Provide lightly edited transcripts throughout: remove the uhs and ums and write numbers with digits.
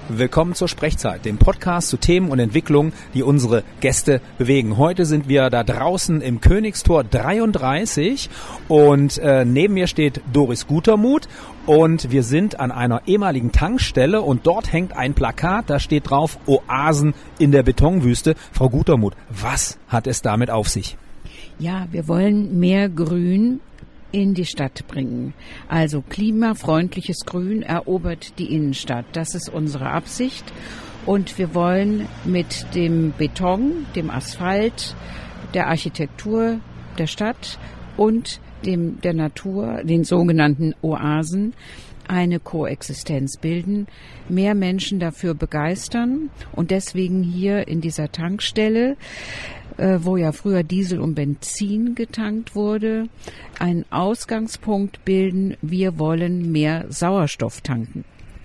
Willkommen zur Sprechzeit, dem Podcast zu Themen und Entwicklungen, die unsere Gäste bewegen. Heute sind wir da draußen im Königstor 33 und neben mir steht Doris Gutermuth und wir sind an einer ehemaligen Tankstelle und dort hängt ein Plakat, da steht drauf Oasen in der Betonwüste. Frau Gutermuth, was hat es damit auf sich? Ja, wir wollen mehr Grün in die Stadt bringen. Also klimafreundliches Grün erobert die Innenstadt. Das ist unsere Absicht. Und wir wollen mit dem Beton, dem Asphalt, der Architektur der Stadt und der Natur, den sogenannten Oasen, eine Koexistenz bilden, mehr Menschen dafür begeistern und deswegen hier in dieser Tankstelle, wo ja früher Diesel und Benzin getankt wurde, einen Ausgangspunkt bilden. Wir wollen mehr Sauerstoff tanken.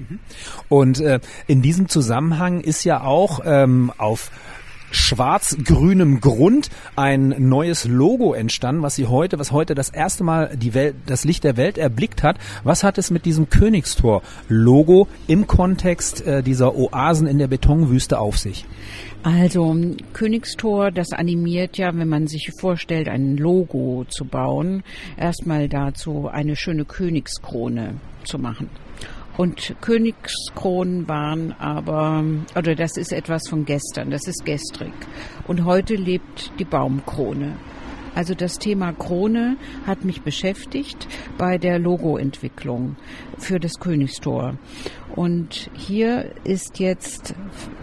Und in diesem Zusammenhang ist ja auch auf schwarz-grünem Grund ein neues Logo entstanden, was heute das erste Mal das Licht der Welt erblickt hat. Was hat es mit diesem Königstor-Logo im Kontext dieser Oasen in der Betonwüste auf sich? Also Königstor, das animiert ja, wenn man sich vorstellt, ein Logo zu bauen, erstmal dazu eine schöne Königskrone zu machen. Und Königskronen waren oder das ist etwas von gestern, das ist gestrig. Und heute lebt die Baumkrone. Also das Thema Krone hat mich beschäftigt bei der Logoentwicklung für das Königstor. Und hier ist jetzt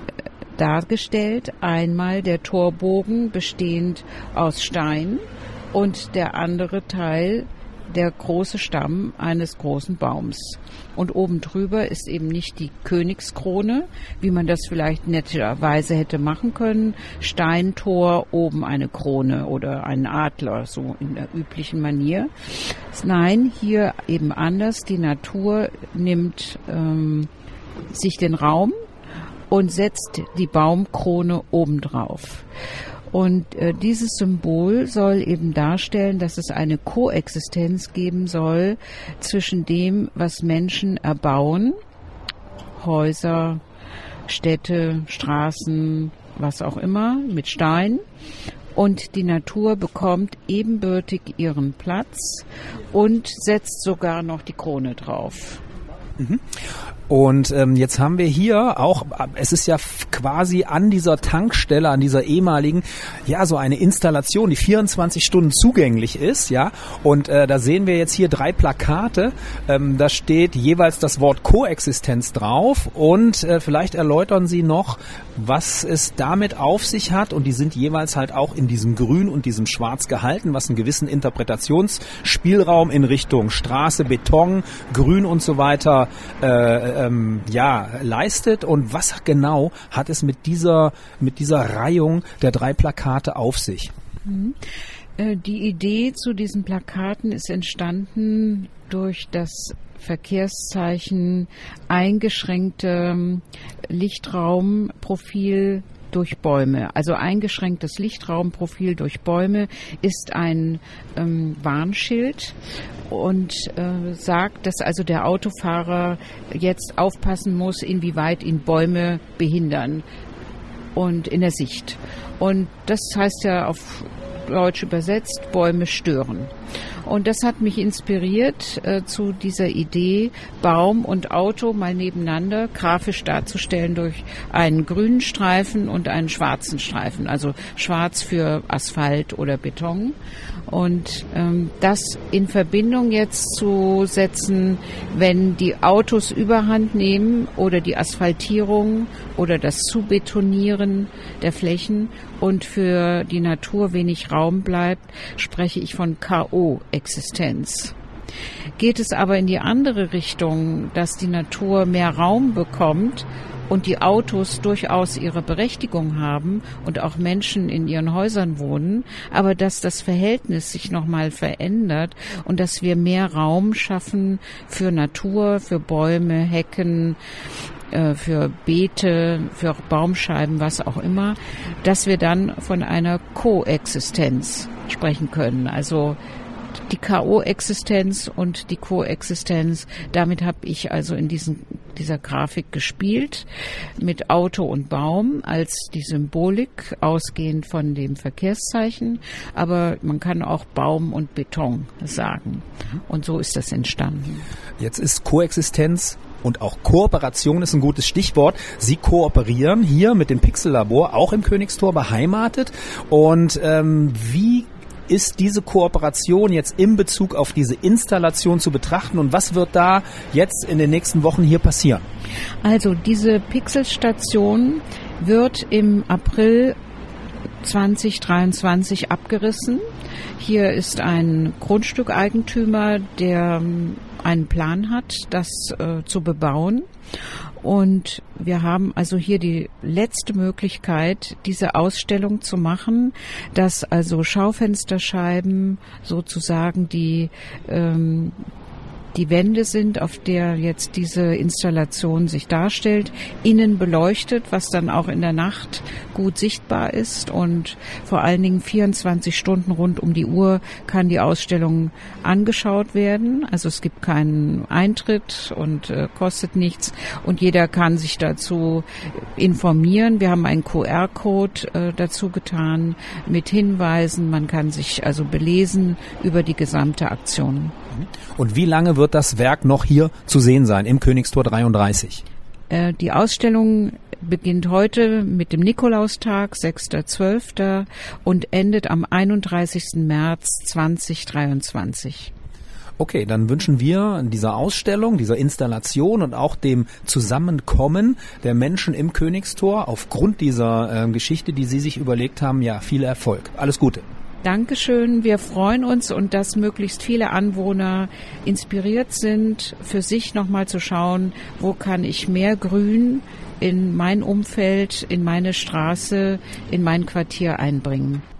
dargestellt einmal der Torbogen bestehend aus Stein und der andere Teil der große Stamm eines großen Baums. Und oben drüber ist eben nicht die Königskrone, wie man das vielleicht netterweise hätte machen können. Steintor, oben eine Krone oder ein Adler, so in der üblichen Manier. Nein, hier eben anders. Die Natur nimmt sich den Raum und setzt die Baumkrone obendrauf. Und dieses Symbol soll eben darstellen, dass es eine Koexistenz geben soll zwischen dem, was Menschen erbauen, Häuser, Städte, Straßen, was auch immer, mit Stein, und die Natur bekommt ebenbürtig ihren Platz und setzt sogar noch die Krone drauf. Mhm. Und jetzt haben wir hier auch, es ist ja quasi an dieser Tankstelle, an dieser ehemaligen, ja, so eine Installation, die 24 Stunden zugänglich ist, ja. Und da sehen wir jetzt hier 3 Plakate. Da steht jeweils das Wort Koexistenz drauf und vielleicht erläutern Sie noch, was es damit auf sich hat. Und die sind jeweils halt auch in diesem Grün und diesem Schwarz gehalten, was einen gewissen Interpretationsspielraum in Richtung Straße, Beton, Grün und so weiter leistet. Und was genau hat es mit dieser Reihung der 3 Plakate auf sich? Die Idee zu diesen Plakaten ist entstanden durch das Verkehrszeichen eingeschränkte Lichtraumprofil durch Bäume. Also eingeschränktes Lichtraumprofil durch Bäume ist ein Warnschild und sagt, dass also der Autofahrer jetzt aufpassen muss, inwieweit ihn Bäume behindern und in der Sicht. Und das heißt ja auf Deutsch übersetzt, Bäume stören. Und das hat mich inspiriert zu dieser Idee, Baum und Auto mal nebeneinander grafisch darzustellen durch einen grünen Streifen und einen schwarzen Streifen. Also schwarz für Asphalt oder Beton. Und das in Verbindung jetzt zu setzen, wenn die Autos Überhand nehmen oder die Asphaltierung oder das Zubetonieren der Flächen und für die Natur wenig Raum bleibt, spreche ich von K.O.-Existenz. Geht es aber in die andere Richtung, dass die Natur mehr Raum bekommt und die Autos durchaus ihre Berechtigung haben und auch Menschen in ihren Häusern wohnen, aber dass das Verhältnis sich nochmal verändert und dass wir mehr Raum schaffen für Natur, für Bäume, Hecken, für Beete, für Baumscheiben, was auch immer, dass wir dann von einer Koexistenz sprechen können. Also die K.O.-Existenz und die Koexistenz, damit habe ich also in dieser Grafik gespielt mit Auto und Baum als die Symbolik, ausgehend von dem Verkehrszeichen. Aber man kann auch Baum und Beton sagen. Und so ist das entstanden. Jetzt ist Koexistenz und auch Kooperation ist ein gutes Stichwort. Sie kooperieren hier mit dem Pixel-Labor, auch im Königstor beheimatet. Und wie ist diese Kooperation jetzt in Bezug auf diese Installation zu betrachten und was wird da jetzt in den nächsten Wochen hier passieren? Also diese Pixelstation wird im April 2023 abgerissen. Hier ist ein Grundstückeigentümer, der einen Plan hat, das zu bebauen. Und wir haben also hier die letzte Möglichkeit, diese Ausstellung zu machen, dass also Schaufensterscheiben sozusagen die Wände sind, auf der jetzt diese Installation sich darstellt, innen beleuchtet, was dann auch in der Nacht gut sichtbar ist und vor allen Dingen 24 Stunden rund um die Uhr kann die Ausstellung angeschaut werden. Also es gibt keinen Eintritt und kostet nichts und jeder kann sich dazu informieren. Wir haben einen QR-Code dazu getan mit Hinweisen. Man kann sich also belesen über die gesamte Aktion. Und wie lange wird das Werk noch hier zu sehen sein im Königstor 33? Die Ausstellung beginnt heute mit dem Nikolaustag, 6.12. und endet am 31. März 2023. Okay, dann wünschen wir dieser Ausstellung, dieser Installation und auch dem Zusammenkommen der Menschen im Königstor aufgrund dieser Geschichte, die Sie sich überlegt haben, ja, viel Erfolg. Alles Gute. Dankeschön. Wir freuen uns und dass möglichst viele Anwohner inspiriert sind, für sich nochmal zu schauen, wo kann ich mehr Grün in mein Umfeld, in meine Straße, in mein Quartier einbringen.